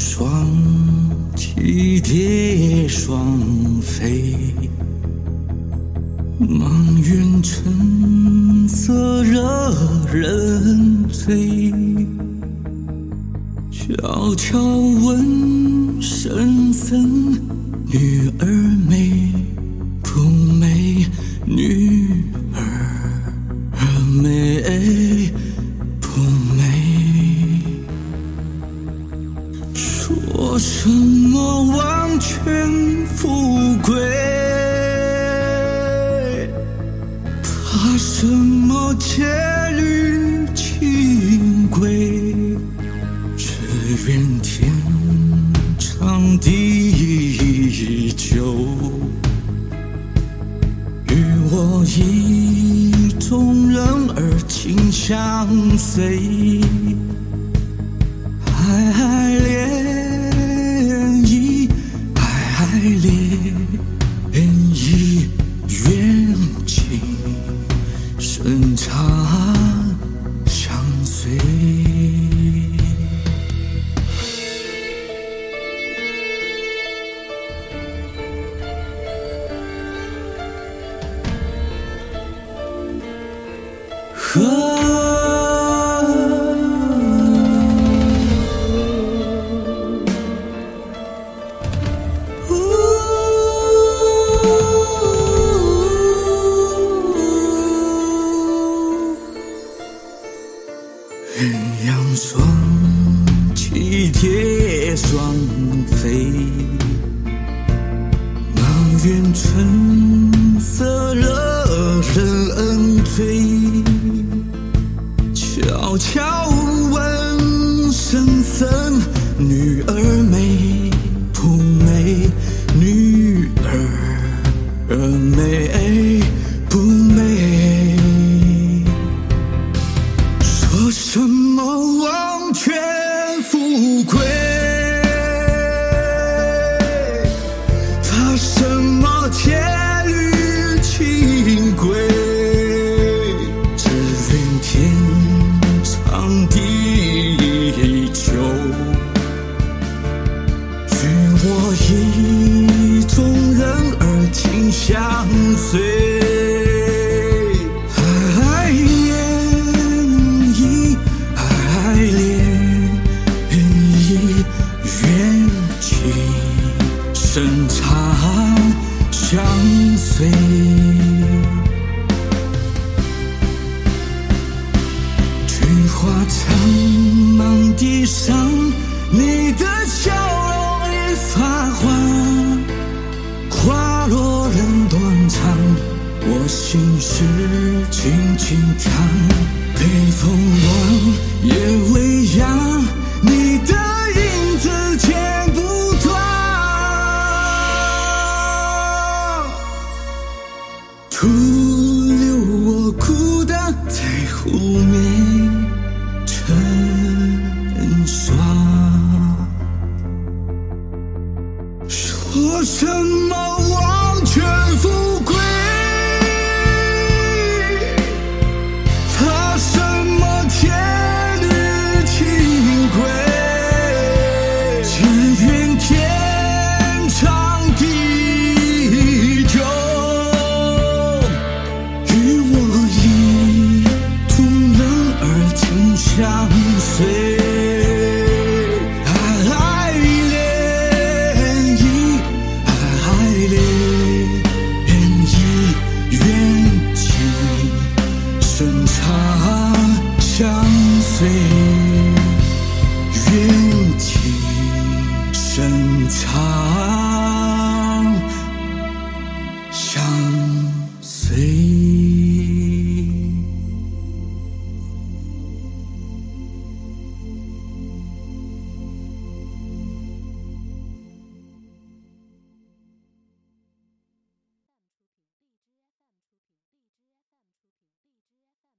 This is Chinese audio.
双栖蝶双飞，茫远橙色惹人醉。悄悄问圣僧，女儿美不美？女儿美不美？说什么王权富贵，怕什么戒律清规？只愿天长地久，与我意中人儿情相随。爱恋意，爱恋意，缘情深长相随。鸳鸯双栖蝶双飞，茫远橙色惹人醉。悄悄问圣僧，女儿美不美？女儿美不美？说什么王权富贵，怕什么戒律清规？只愿天长地久，与我意中人儿情相随。深长相随，菊花苍茫地上，你的笑容已发黄。花落人断肠，我心事静静淌。北风乱，夜未央，你的影子剪不断。徒留我孤单在湖面成双。说什么王权富贵，怕什么戒律清规？只愿天长地久，相随。